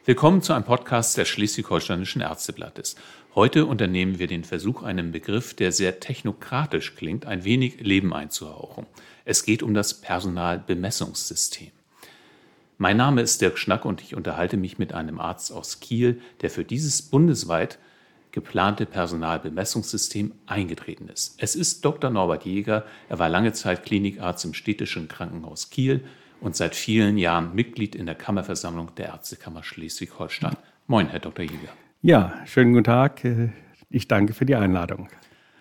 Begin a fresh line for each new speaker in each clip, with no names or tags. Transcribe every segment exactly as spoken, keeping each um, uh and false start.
Willkommen zu einem Podcast des Schleswig-Holsteinischen Ärzteblattes. Heute unternehmen wir den Versuch, einem Begriff, der sehr technokratisch klingt, ein wenig Leben einzuhauchen. Es geht um das Personalbemessungssystem. Mein Name ist Dirk Schnack und ich unterhalte mich mit einem Arzt aus Kiel, der für dieses bundesweit geplante Personalbemessungssystem eingetreten ist. Es ist Doktor Norbert Jäger. Er war lange Zeit Klinikarzt im Städtischen Krankenhaus Kiel und seit vielen Jahren Mitglied in der Kammerversammlung der Ärztekammer Schleswig-Holstein. Moin, Herr Doktor Jäger.
Ja, schönen guten Tag. Ich danke für die Einladung.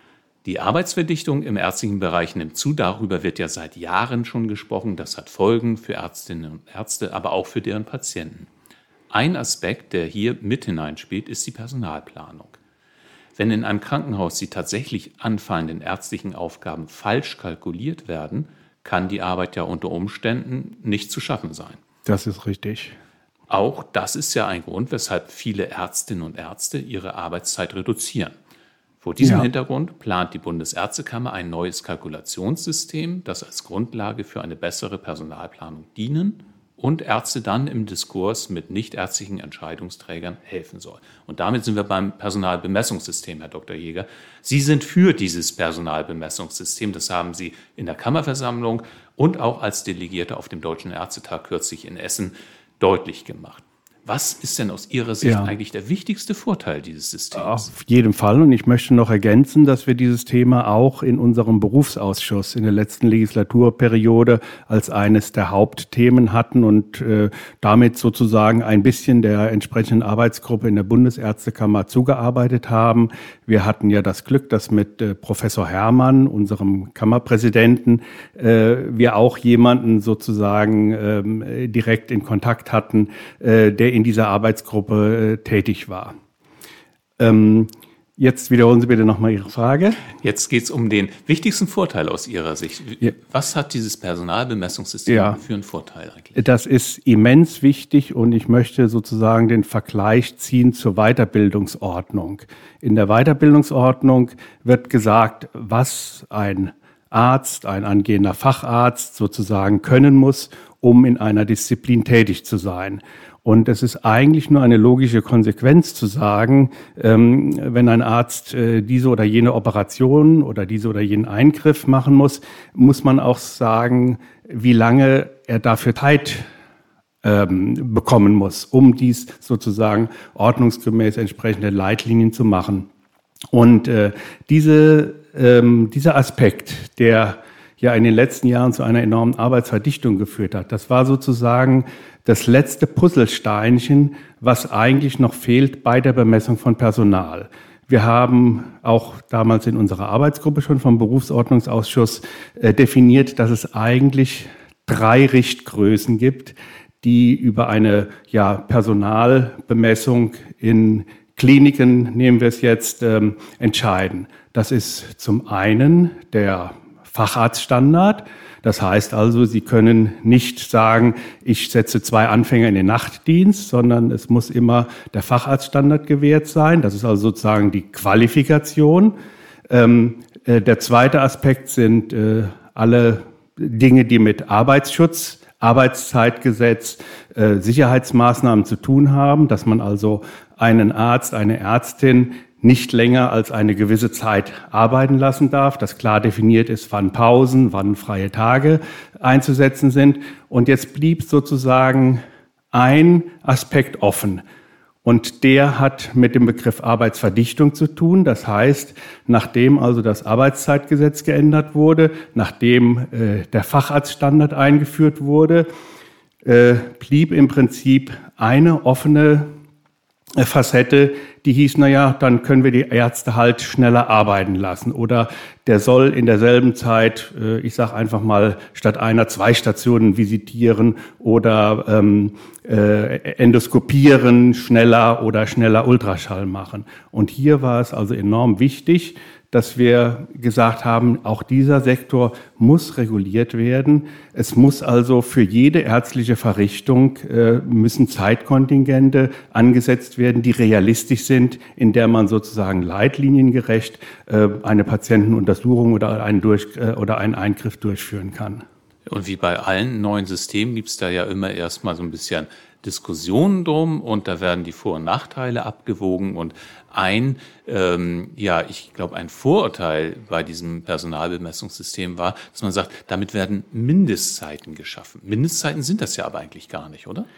Die Arbeitsverdichtung im ärztlichen Bereich nimmt zu. Darüber wird ja seit Jahren schon gesprochen. Das hat Folgen für Ärztinnen und Ärzte, aber auch für deren Patienten. Ein Aspekt, der hier mit hineinspielt, ist die Personalplanung. Wenn in einem Krankenhaus die tatsächlich anfallenden ärztlichen Aufgaben falsch kalkuliert werden, kann die Arbeit ja unter Umständen nicht zu schaffen sein.
Das ist richtig.
Auch das ist ja ein Grund, weshalb viele Ärztinnen und Ärzte ihre Arbeitszeit reduzieren. Vor diesem ja. Hintergrund plant die Bundesärztekammer ein neues Kalkulationssystem, das als Grundlage für eine bessere Personalplanung dienen und Ärzte dann im Diskurs mit nichtärztlichen Entscheidungsträgern helfen soll. Und damit sind wir beim Personalbemessungssystem, Herr Doktor Jäger. Sie sind für dieses Personalbemessungssystem. Das haben Sie in der Kammerversammlung und auch als Delegierte auf dem Deutschen Ärztetag kürzlich in Essen deutlich gemacht. Was ist denn aus Ihrer Sicht ja. eigentlich der wichtigste Vorteil dieses Systems?
Auf jeden Fall. Und ich möchte noch ergänzen, dass wir dieses Thema auch in unserem Berufsausschuss in der letzten Legislaturperiode als eines der Hauptthemen hatten und äh, damit sozusagen ein bisschen der entsprechenden Arbeitsgruppe in der Bundesärztekammer zugearbeitet haben. Wir hatten ja das Glück, dass mit äh, Professor Herrmann, unserem Kammerpräsidenten, äh, wir auch jemanden sozusagen äh, direkt in Kontakt hatten, äh, der in dieser Arbeitsgruppe äh, tätig war. Ähm, jetzt wiederholen Sie bitte nochmal Ihre Frage.
Jetzt geht es um den wichtigsten Vorteil aus Ihrer Sicht. Ja. Was hat dieses Personalbemessungssystem ja. für einen Vorteil eigentlich?
Das ist immens wichtig und ich möchte sozusagen den Vergleich ziehen zur Weiterbildungsordnung. In der Weiterbildungsordnung wird gesagt, was ein Arzt, ein angehender Facharzt sozusagen können muss, um in einer Disziplin tätig zu sein. Und es ist eigentlich nur eine logische Konsequenz zu sagen, ähm, wenn ein Arzt äh, diese oder jene Operation oder diese oder jenen Eingriff machen muss, muss man auch sagen, wie lange er dafür Zeit ähm, bekommen muss, um dies sozusagen ordnungsgemäß entsprechende Leitlinien zu machen. Und äh, diese, ähm, dieser Aspekt, der ja in den letzten Jahren zu einer enormen Arbeitsverdichtung geführt hat, das war sozusagen das letzte Puzzlesteinchen, was eigentlich noch fehlt bei der Bemessung von Personal. Wir haben auch damals in unserer Arbeitsgruppe schon vom Berufsordnungsausschuss äh, definiert, dass es eigentlich drei Richtgrößen gibt, die über eine ja, Personalbemessung in Kliniken, nehmen wir es jetzt, ähm, entscheiden. Das ist zum einen der Facharztstandard. Das heißt also, Sie können nicht sagen, ich setze zwei Anfänger in den Nachtdienst, sondern es muss immer der Facharztstandard gewährt sein. Das ist also sozusagen die Qualifikation. Ähm, äh, der zweite Aspekt sind äh, alle Dinge, die mit Arbeitsschutz, Arbeitszeitgesetz, äh, Sicherheitsmaßnahmen zu tun haben, dass man also einen Arzt, eine Ärztin nicht länger als eine gewisse Zeit arbeiten lassen darf, dass klar definiert ist, wann Pausen, wann freie Tage einzusetzen sind. Und jetzt blieb sozusagen ein Aspekt offen. Und der hat mit dem Begriff Arbeitsverdichtung zu tun. Das heißt, nachdem also das Arbeitszeitgesetz geändert wurde, nachdem äh, der Facharztstandard eingeführt wurde, äh, blieb im Prinzip eine offene Facette, die hieß, na ja, dann können wir die Ärzte halt schneller arbeiten lassen. Oder der soll in derselben Zeit, ich sage einfach mal, statt einer zwei Stationen visitieren oder ähm, äh, endoskopieren schneller oder schneller Ultraschall machen. Und hier war es also enorm wichtig, dass wir gesagt haben, auch dieser Sektor muss reguliert werden. Es muss also für jede ärztliche Verrichtung äh, müssen Zeitkontingente angesetzt werden, die realistisch sind, in der man sozusagen leitliniengerecht äh, eine Patientenuntersuchung oder einen, Durch, äh, oder einen Eingriff durchführen kann.
Und wie bei allen neuen Systemen gibt es da ja immer erstmal so ein bisschen Diskussionen drum und da werden die Vor- und Nachteile abgewogen und ein, ähm, ja, ich glaube, ein Vorurteil bei diesem Personalbemessungssystem war, dass man sagt, damit werden Mindestzeiten geschaffen. Mindestzeiten sind das ja aber eigentlich gar nicht, oder?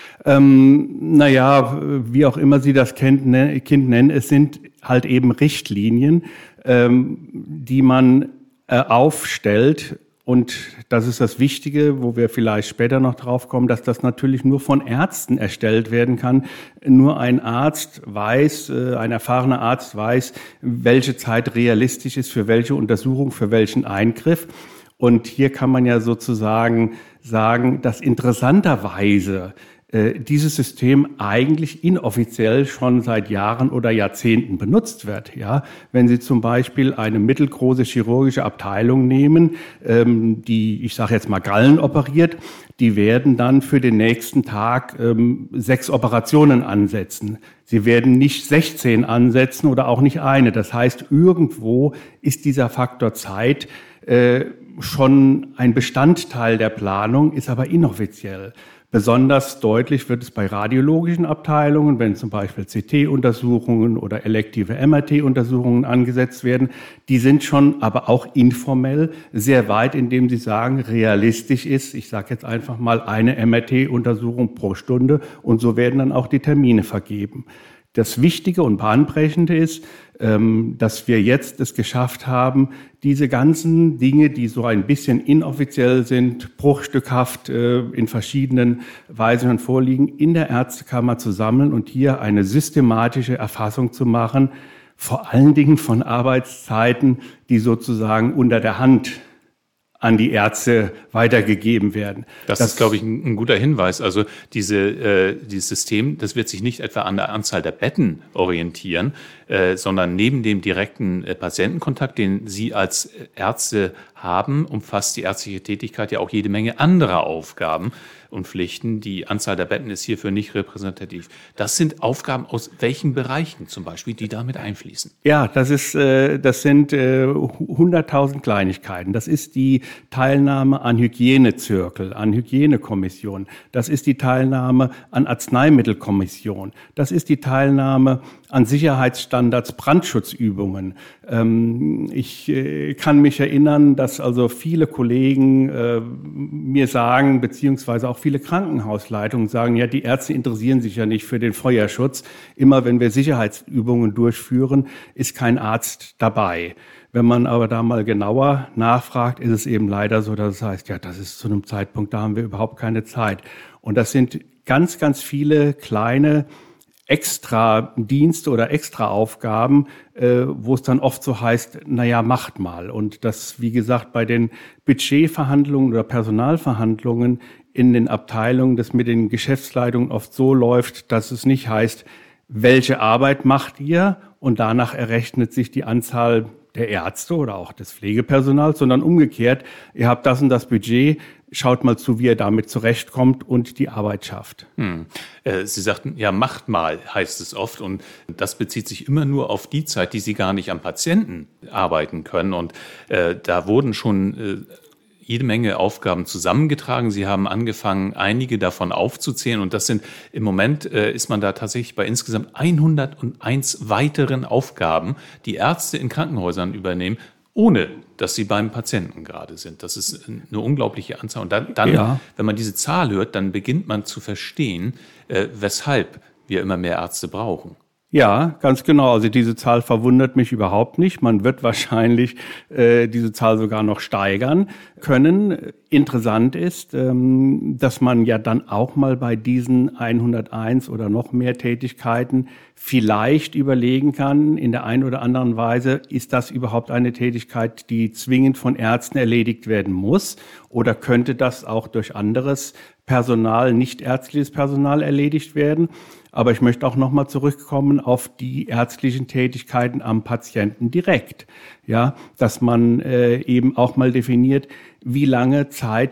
Ähm, naja, wie auch immer Sie das Kind nennen, es sind halt eben Richtlinien, ähm, die man äh, aufstellt. Und das ist das Wichtige, wo wir vielleicht später noch drauf kommen, dass das natürlich nur von Ärzten erstellt werden kann. Nur ein Arzt weiß, ein erfahrener Arzt weiß, welche Zeit realistisch ist für welche Untersuchung, für welchen Eingriff. Und hier kann man ja sozusagen sagen, dass interessanterweise dieses System eigentlich inoffiziell schon seit Jahren oder Jahrzehnten benutzt wird. Ja, wenn Sie zum Beispiel eine mittelgroße chirurgische Abteilung nehmen, ähm, die, ich sage jetzt mal, Gallen operiert, die werden dann für den nächsten Tag ähm, sechs Operationen ansetzen. Sie werden nicht sechzehn ansetzen oder auch nicht eine. Das heißt, irgendwo ist dieser Faktor Zeit äh, schon ein Bestandteil der Planung, ist aber inoffiziell. Besonders deutlich wird es bei radiologischen Abteilungen, wenn zum Beispiel C T-Untersuchungen oder elektive M R T-Untersuchungen angesetzt werden. Die sind schon aber auch informell sehr weit, indem sie sagen, realistisch ist, ich sage jetzt einfach mal, eine M R T-Untersuchung pro Stunde und so werden dann auch die Termine vergeben. Das Wichtige und Bahnbrechende ist, dass wir jetzt es geschafft haben, diese ganzen Dinge, die so ein bisschen inoffiziell sind, bruchstückhaft in verschiedenen Weisen vorliegen, in der Ärztekammer zu sammeln und hier eine systematische Erfassung zu machen, vor allen Dingen von Arbeitszeiten, die sozusagen unter der Hand an die Ärzte weitergegeben werden.
Das, das ist, glaube ich, ein, ein guter Hinweis. Also diese, äh, dieses System, das wird sich nicht etwa an der Anzahl der Betten orientieren, äh, sondern neben dem direkten äh, Patientenkontakt, den Sie als Ärzte haben, umfasst die ärztliche Tätigkeit ja auch jede Menge anderer Aufgaben und Pflichten. Die Anzahl der Betten ist hierfür nicht repräsentativ. Das sind Aufgaben aus welchen Bereichen zum Beispiel, die damit einfließen?
Ja, das ist, äh, das sind äh, hunderttausend Kleinigkeiten. Das ist die Teilnahme an Hygienezirkel, an Hygienekommission. Das ist die Teilnahme an Arzneimittelkommission. Das ist die Teilnahme an Sicherheitsstandards, Brandschutzübungen. Ähm, ich äh, kann mich erinnern, dass also viele Kollegen äh, mir sagen, beziehungsweise auch viele Krankenhausleitungen sagen, ja, die Ärzte interessieren sich ja nicht für den Feuerschutz. Immer wenn wir Sicherheitsübungen durchführen, ist kein Arzt dabei. Wenn man aber da mal genauer nachfragt, ist es eben leider so, dass es heißt, ja, das ist zu einem Zeitpunkt, da haben wir überhaupt keine Zeit. Und das sind ganz, ganz viele kleine extra Dienste oder extra Aufgaben, äh, wo es dann oft so heißt, naja, macht mal. Und das, wie gesagt, bei den Budgetverhandlungen oder Personalverhandlungen in den Abteilungen, das mit den Geschäftsleitungen oft so läuft, dass es nicht heißt, welche Arbeit macht ihr? Und danach errechnet sich die Anzahl der Ärzte oder auch des Pflegepersonals, sondern umgekehrt, ihr habt das und das Budget, schaut mal zu, wie ihr damit zurechtkommt und die Arbeit schafft.
Hm. Äh, Sie sagten, ja, macht mal, heißt es oft. Und das bezieht sich immer nur auf die Zeit, die Sie gar nicht am Patienten arbeiten können. Und äh, da wurden schon äh, jede Menge Aufgaben zusammengetragen. Sie haben angefangen, einige davon aufzuzählen. Und das sind, im Moment äh, ist man da tatsächlich bei insgesamt hunderteins weiteren Aufgaben, die Ärzte in Krankenhäusern übernehmen, ohne dass sie beim Patienten gerade sind. Das ist eine unglaubliche Anzahl. Und dann, dann ja. wenn man diese Zahl hört, dann beginnt man zu verstehen, äh, weshalb wir immer mehr Ärzte brauchen.
Ja, ganz genau. Also diese Zahl verwundert mich überhaupt nicht. Man wird wahrscheinlich äh, diese Zahl sogar noch steigern können. Interessant ist, ähm, dass man ja dann auch mal bei diesen hunderteins oder noch mehr Tätigkeiten vielleicht überlegen kann, in der einen oder anderen Weise, ist das überhaupt eine Tätigkeit, die zwingend von Ärzten erledigt werden muss? Oder könnte das auch durch anderes Personal, nicht ärztliches Personal erledigt werden? Aber ich möchte auch nochmal zurückkommen auf die ärztlichen Tätigkeiten am Patienten direkt. Ja, dass man äh, eben auch mal definiert, wie lange Zeit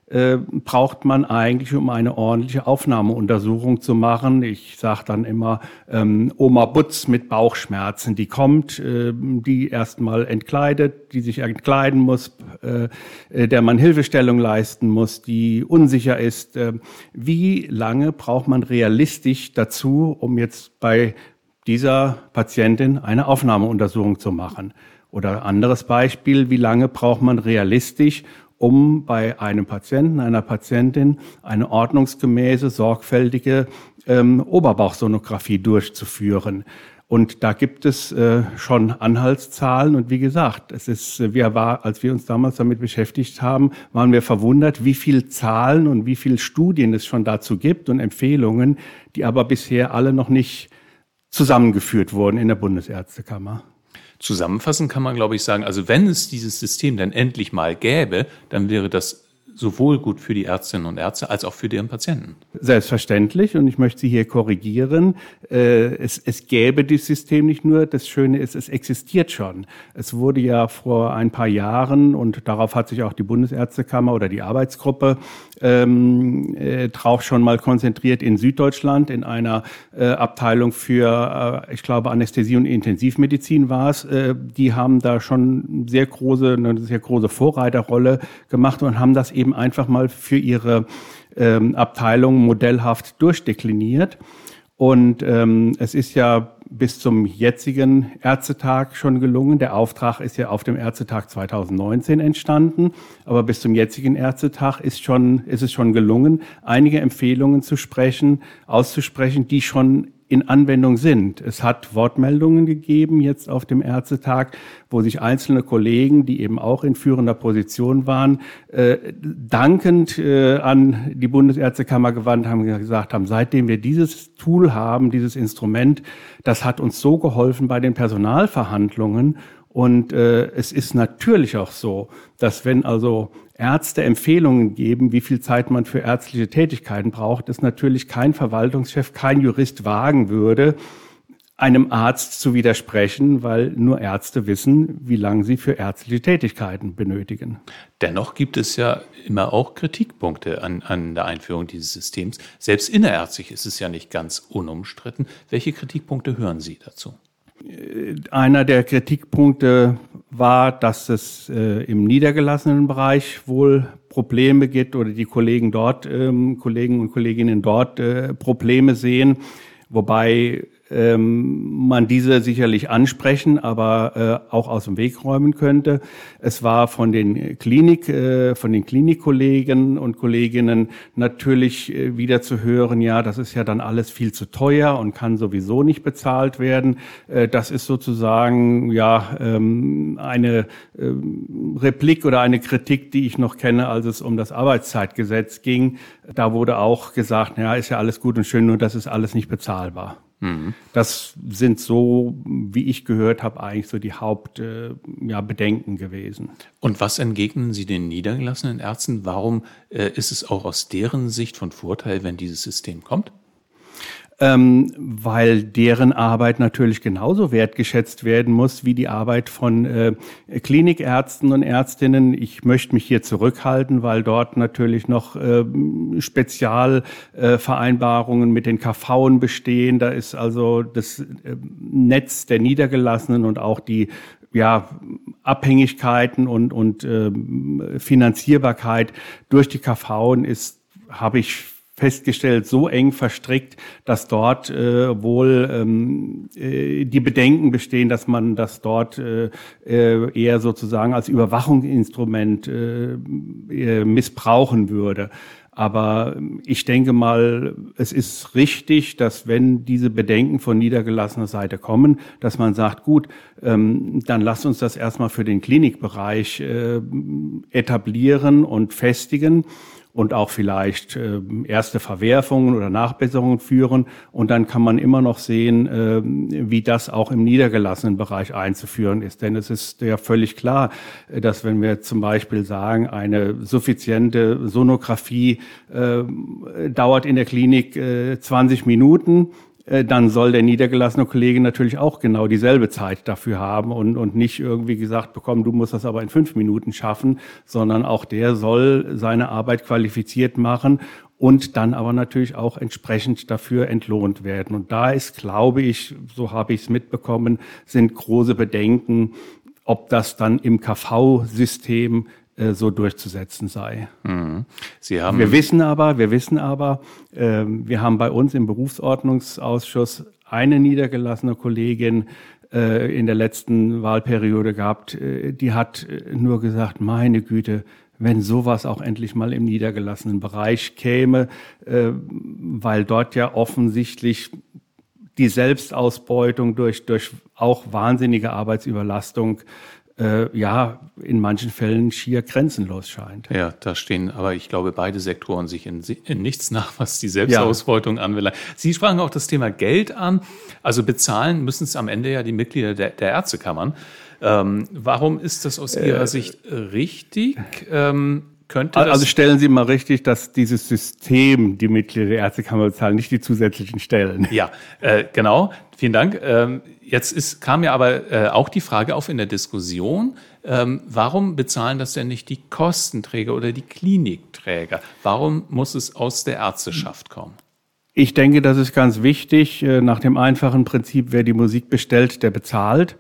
äh, braucht man eigentlich, um eine ordentliche Aufnahmeuntersuchung zu machen. Ich sage dann immer, ähm, Oma Butz mit Bauchschmerzen, die kommt, äh, die erstmal entkleidet, die sich entkleiden muss, äh, der man Hilfestellung leisten muss, die unsicher ist. Äh, wie lange braucht man realistisch dazu, um jetzt bei dieser Patientin eine Aufnahmeuntersuchung zu machen? Oder anderes Beispiel, wie lange braucht man realistisch, um bei einem Patienten, einer Patientin eine ordnungsgemäße, sorgfältige ähm, Oberbauchsonographie durchzuführen? Und da gibt es äh, schon Anhaltszahlen. Und wie gesagt, es ist, wir war, als wir uns damals damit beschäftigt haben, waren wir verwundert, wie viel Zahlen und wie viel Studien es schon dazu gibt und Empfehlungen, die aber bisher alle noch nicht zusammengeführt wurden in der Bundesärztekammer.
Zusammenfassend kann man, glaube ich, sagen, also wenn es dieses System dann endlich mal gäbe, dann wäre das sowohl gut für die Ärztinnen und Ärzte als auch für deren Patienten.
Selbstverständlich. Und ich möchte Sie hier korrigieren. Äh, es, es gäbe dieses System nicht nur. Das Schöne ist, es existiert schon. Es wurde ja vor ein paar Jahren, und darauf hat sich auch die Bundesärztekammer oder die Arbeitsgruppe ähm, äh, drauf schon mal konzentriert, in Süddeutschland in einer äh, Abteilung für, äh, ich glaube, Anästhesie und Intensivmedizin war es. Äh, die haben da schon sehr große, eine sehr große Vorreiterrolle gemacht und haben das eben einfach mal für ihre ähm, Abteilung modellhaft durchdekliniert. Und ähm, es ist ja bis zum jetzigen Ärztetag schon gelungen. Der Auftrag ist ja auf dem Ärztetag zweitausendneunzehn entstanden. Aber bis zum jetzigen Ärztetag ist schon, ist es schon gelungen, einige Empfehlungen zu sprechen, auszusprechen, die schon in Anwendung sind. Es hat Wortmeldungen gegeben jetzt auf dem Ärztetag, wo sich einzelne Kollegen, die eben auch in führender Position waren, äh, dankend äh, an die Bundesärztekammer gewandt haben, gesagt haben, seitdem wir dieses Tool haben, dieses Instrument, das hat uns so geholfen bei den Personalverhandlungen. Und äh, es ist natürlich auch so, dass wenn also Ärzte Empfehlungen geben, wie viel Zeit man für ärztliche Tätigkeiten braucht, es natürlich kein Verwaltungschef, kein Jurist wagen würde, einem Arzt zu widersprechen, weil nur Ärzte wissen, wie lange sie für ärztliche Tätigkeiten benötigen.
Dennoch gibt es ja immer auch Kritikpunkte an, an der Einführung dieses Systems. Selbst innerärztlich ist es ja nicht ganz unumstritten. Welche Kritikpunkte hören Sie dazu?
Einer der Kritikpunkte war, dass es äh, im niedergelassenen Bereich wohl Probleme gibt oder die Kollegen dort, ähm, Kollegen und Kolleginnen dort äh, Probleme sehen, wobei ähm, man diese sicherlich ansprechen, aber äh, auch aus dem Weg räumen könnte. Es war von den Klinik, äh, von den Klinikkollegen und Kolleginnen natürlich äh, wieder zu hören, ja, das ist ja dann alles viel zu teuer und kann sowieso nicht bezahlt werden. Äh, das ist sozusagen ja ähm, eine äh, Replik oder eine Kritik, die ich noch kenne, als es um das Arbeitszeitgesetz ging. Da wurde auch gesagt, ja, ist ja alles gut und schön, nur das ist alles nicht bezahlbar. Mhm. Das sind so, wie ich gehört habe, eigentlich so die Hauptbedenken äh, ja, Bedenken gewesen.
Und was entgegnen Sie den niedergelassenen Ärzten? Warum äh, ist es auch aus deren Sicht von Vorteil, wenn dieses System kommt?
Ähm, weil deren Arbeit natürlich genauso wertgeschätzt werden muss wie die Arbeit von äh, Klinikärzten und Ärztinnen. Ich möchte mich hier zurückhalten, weil dort natürlich noch äh, Spezialvereinbarungen äh, mit den K V'n bestehen. Da ist also das äh, Netz der Niedergelassenen und auch die ja, Abhängigkeiten und, und äh, Finanzierbarkeit durch die K V'n ist, habe ich festgestellt, so eng verstrickt, dass dort äh, wohl ähm, äh, die Bedenken bestehen, dass man das dort äh, eher sozusagen als Überwachungsinstrument äh, äh, missbrauchen würde. Aber ich denke mal, es ist richtig, dass wenn diese Bedenken von niedergelassener Seite kommen, dass man sagt, gut, ähm, dann lasst uns das erstmal für den Klinikbereich äh, etablieren und festigen. Und auch vielleicht äh, erste Verwerfungen oder Nachbesserungen führen. Und dann kann man immer noch sehen, äh, wie das auch im niedergelassenen Bereich einzuführen ist. Denn es ist ja völlig klar, dass wenn wir zum Beispiel sagen, eine suffiziente Sonographie äh, dauert in der Klinik äh, zwanzig Minuten, dann soll der niedergelassene Kollege natürlich auch genau dieselbe Zeit dafür haben und, und nicht irgendwie gesagt bekommen, du musst das aber in fünf Minuten schaffen, sondern auch der soll seine Arbeit qualifiziert machen und dann aber natürlich auch entsprechend dafür entlohnt werden. Und da ist, glaube ich, so habe ich es mitbekommen, sind große Bedenken, ob das dann im K V-System äh, so durchzusetzen sei.
Mhm. Sie haben
wir wissen aber, wir wissen aber, äh, wir haben bei uns im Berufsordnungsausschuss eine niedergelassene Kollegin äh, in der letzten Wahlperiode gehabt, äh, die hat nur gesagt, meine Güte, wenn sowas auch endlich mal im niedergelassenen Bereich käme, äh, weil dort ja offensichtlich die Selbstausbeutung durch, durch auch wahnsinnige Arbeitsüberlastung äh, ja in manchen Fällen schier grenzenlos scheint.
Ja, da stehen aber, ich glaube, beide Sektoren sich in, in nichts nach, was die Selbstausbeutung ja. anbelangt. Sie sprachen auch das Thema Geld an. Also bezahlen müssen es am Ende ja die Mitglieder der, der Ärztekammern. Ähm, warum ist das aus Ihrer äh, Sicht richtig? Ähm, könnte das
also stellen Sie mal richtig, dass dieses System die Mitglieder der Ärztekammer bezahlen, nicht die zusätzlichen Stellen.
Ja, äh, genau. Vielen Dank. Ähm, jetzt ist, kam ja aber äh, auch die Frage auf in der Diskussion, ähm, warum bezahlen das denn nicht die Kostenträger oder die Klinikträger? Warum muss es aus der Ärzteschaft kommen?
Ich denke, das ist ganz wichtig, äh, nach dem einfachen Prinzip, wer die Musik bestellt, der bezahlt.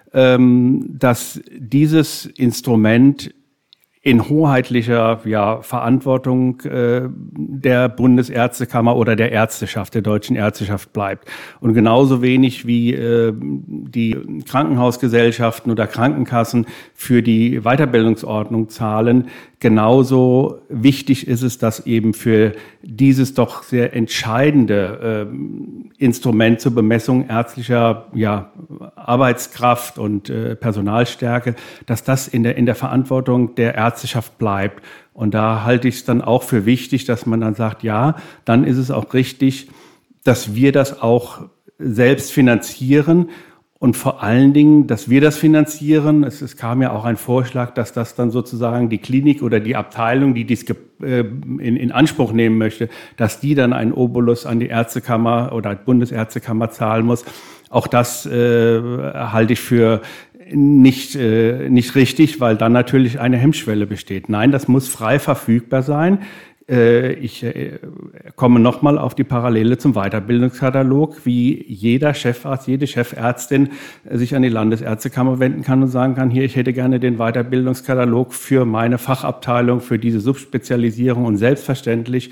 Dass dieses Instrument in hoheitlicher ja, Verantwortung äh, der Bundesärztekammer oder der Ärzteschaft, der deutschen Ärzteschaft bleibt. Und genauso wenig wie äh, die Krankenhausgesellschaften oder Krankenkassen für die Weiterbildungsordnung zahlen, genauso wichtig ist es, dass eben für dieses doch sehr entscheidende äh, Instrument zur Bemessung ärztlicher ja, Arbeitskraft und äh, Personalstärke, dass das in der, in der Verantwortung der Ärzteschaft bleibt. Und da halte ich es dann auch für wichtig, dass man dann sagt, ja, dann ist es auch richtig, dass wir das auch selbst finanzieren. Und vor allen Dingen, dass wir das finanzieren. Es, es kam ja auch ein Vorschlag, dass das dann sozusagen die Klinik oder die Abteilung, die dies äh, in, in Anspruch nehmen möchte, dass die dann einen Obolus an die Ärztekammer oder Bundesärztekammer zahlen muss. Auch das äh, halte ich für nicht, äh, nicht richtig, weil dann natürlich eine Hemmschwelle besteht. Nein, das muss frei verfügbar sein. Ich komme nochmal auf die Parallele zum Weiterbildungskatalog, wie jeder Chefarzt, jede Chefärztin sich an die Landesärztekammer wenden kann und sagen kann, hier, ich hätte gerne den Weiterbildungskatalog für meine Fachabteilung, für diese Subspezialisierung. Und selbstverständlich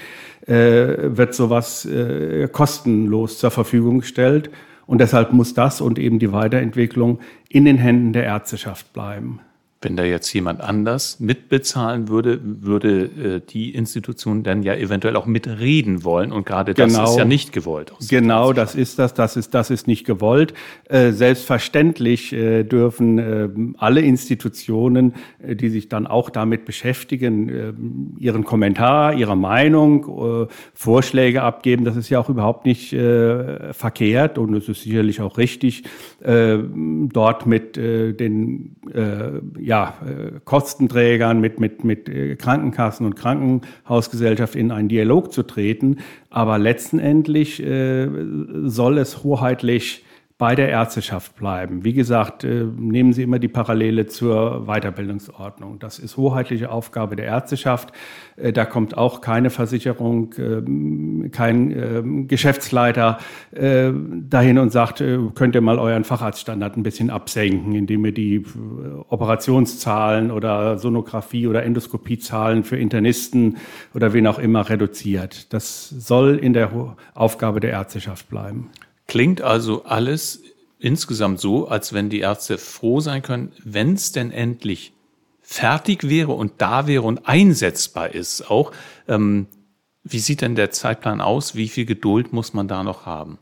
wird sowas kostenlos zur Verfügung gestellt. Und deshalb muss das und eben die Weiterentwicklung in den Händen der Ärzteschaft bleiben.
Wenn da jetzt jemand anders mitbezahlen würde, würde äh, die Institution dann ja eventuell auch mitreden wollen. Und gerade das
genau,
ist ja nicht gewollt.
Genau, das ist das. Das ist, das ist nicht gewollt. Äh, selbstverständlich äh, dürfen äh, alle Institutionen, äh, die sich dann auch damit beschäftigen, äh, ihren Kommentar, ihre Meinung, äh, Vorschläge abgeben. Das ist ja auch überhaupt nicht äh, verkehrt und es ist sicherlich auch richtig, äh, dort mit äh, den äh, ja, Ja, Kostenträgern, mit, mit, mit Krankenkassen und Krankenhausgesellschaft in einen Dialog zu treten. Aber letztendlich äh, soll es hoheitlich bei der Ärzteschaft bleiben. Wie gesagt, äh, nehmen Sie immer die Parallele zur Weiterbildungsordnung. Das ist hoheitliche Aufgabe der Ärzteschaft. Äh, da kommt auch keine Versicherung, äh, kein äh, Geschäftsleiter äh, dahin und sagt, äh, könnt ihr mal euren Facharztstandard ein bisschen absenken, indem ihr die äh, Operationszahlen oder Sonographie- oder Endoskopiezahlen für Internisten oder wen auch immer reduziert. Das soll in der Ho- Aufgabe der Ärzteschaft bleiben.
Klingt also alles insgesamt so, als wenn die Ärzte froh sein können, wenn es denn endlich fertig wäre und da wäre und einsetzbar ist auch. Ähm, wie sieht denn der Zeitplan aus? Wie viel Geduld muss man da noch haben?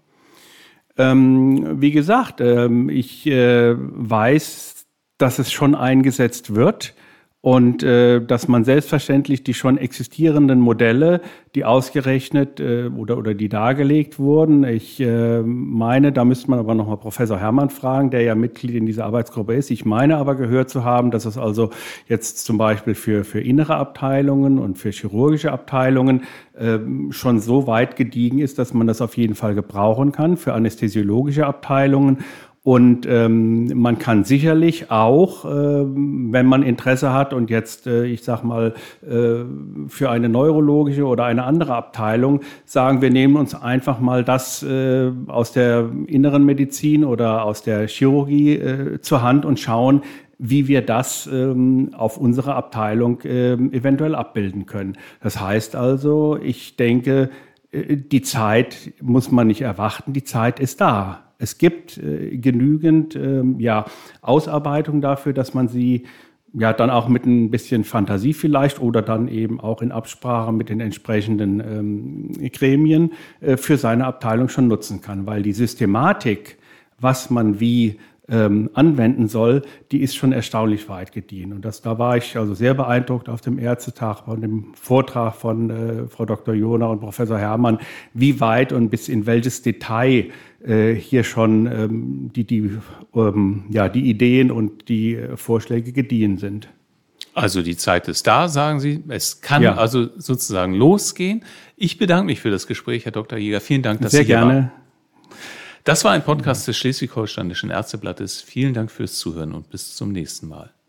Ähm, wie gesagt, ähm, ich äh, weiß, dass es schon eingesetzt wird. Und äh, dass man selbstverständlich die schon existierenden Modelle, die ausgerechnet äh, oder, oder die dargelegt wurden, ich äh, meine, da müsste man aber nochmal Professor Herrmann fragen, der ja Mitglied in dieser Arbeitsgruppe ist. Ich meine aber gehört zu haben, dass es also jetzt zum Beispiel für, für innere Abteilungen und für chirurgische Abteilungen äh, schon so weit gediegen ist, dass man das auf jeden Fall gebrauchen kann, für anästhesiologische Abteilungen. Und ähm, man kann sicherlich auch, äh, wenn man Interesse hat und jetzt, äh, ich sag mal, äh, für eine neurologische oder eine andere Abteilung sagen, wir nehmen uns einfach mal das äh, aus der inneren Medizin oder aus der Chirurgie äh, zur Hand und schauen, wie wir das ähm, auf unserer Abteilung äh, eventuell abbilden können. Das heißt also, ich denke, äh, die Zeit muss man nicht erwarten, die Zeit ist da. Es gibt äh, genügend äh, ja, Ausarbeitung dafür, dass man sie ja dann auch mit ein bisschen Fantasie vielleicht oder dann eben auch in Absprache mit den entsprechenden ähm, Gremien äh, für seine Abteilung schon nutzen kann. Weil die Systematik, was man wie ähm, anwenden soll, die ist schon erstaunlich weit gediehen. Und das, da war ich also sehr beeindruckt auf dem Ärztetag von dem Vortrag von äh, Frau Doktor Johner und Professor Herrmann, wie weit und bis in welches Detail äh, hier schon ähm, die, die, ähm, ja, die Ideen und die äh, Vorschläge gediehen sind.
Also die Zeit ist da, sagen Sie. Es kann
Ja.
also sozusagen losgehen. Ich bedanke mich für das Gespräch, Herr Doktor Jäger. Vielen Dank, dass
Sehr
Sie hier
gerne.
waren. Das war ein Podcast des Schleswig-Holsteinischen Ärzteblattes. Vielen Dank fürs Zuhören und bis zum nächsten Mal.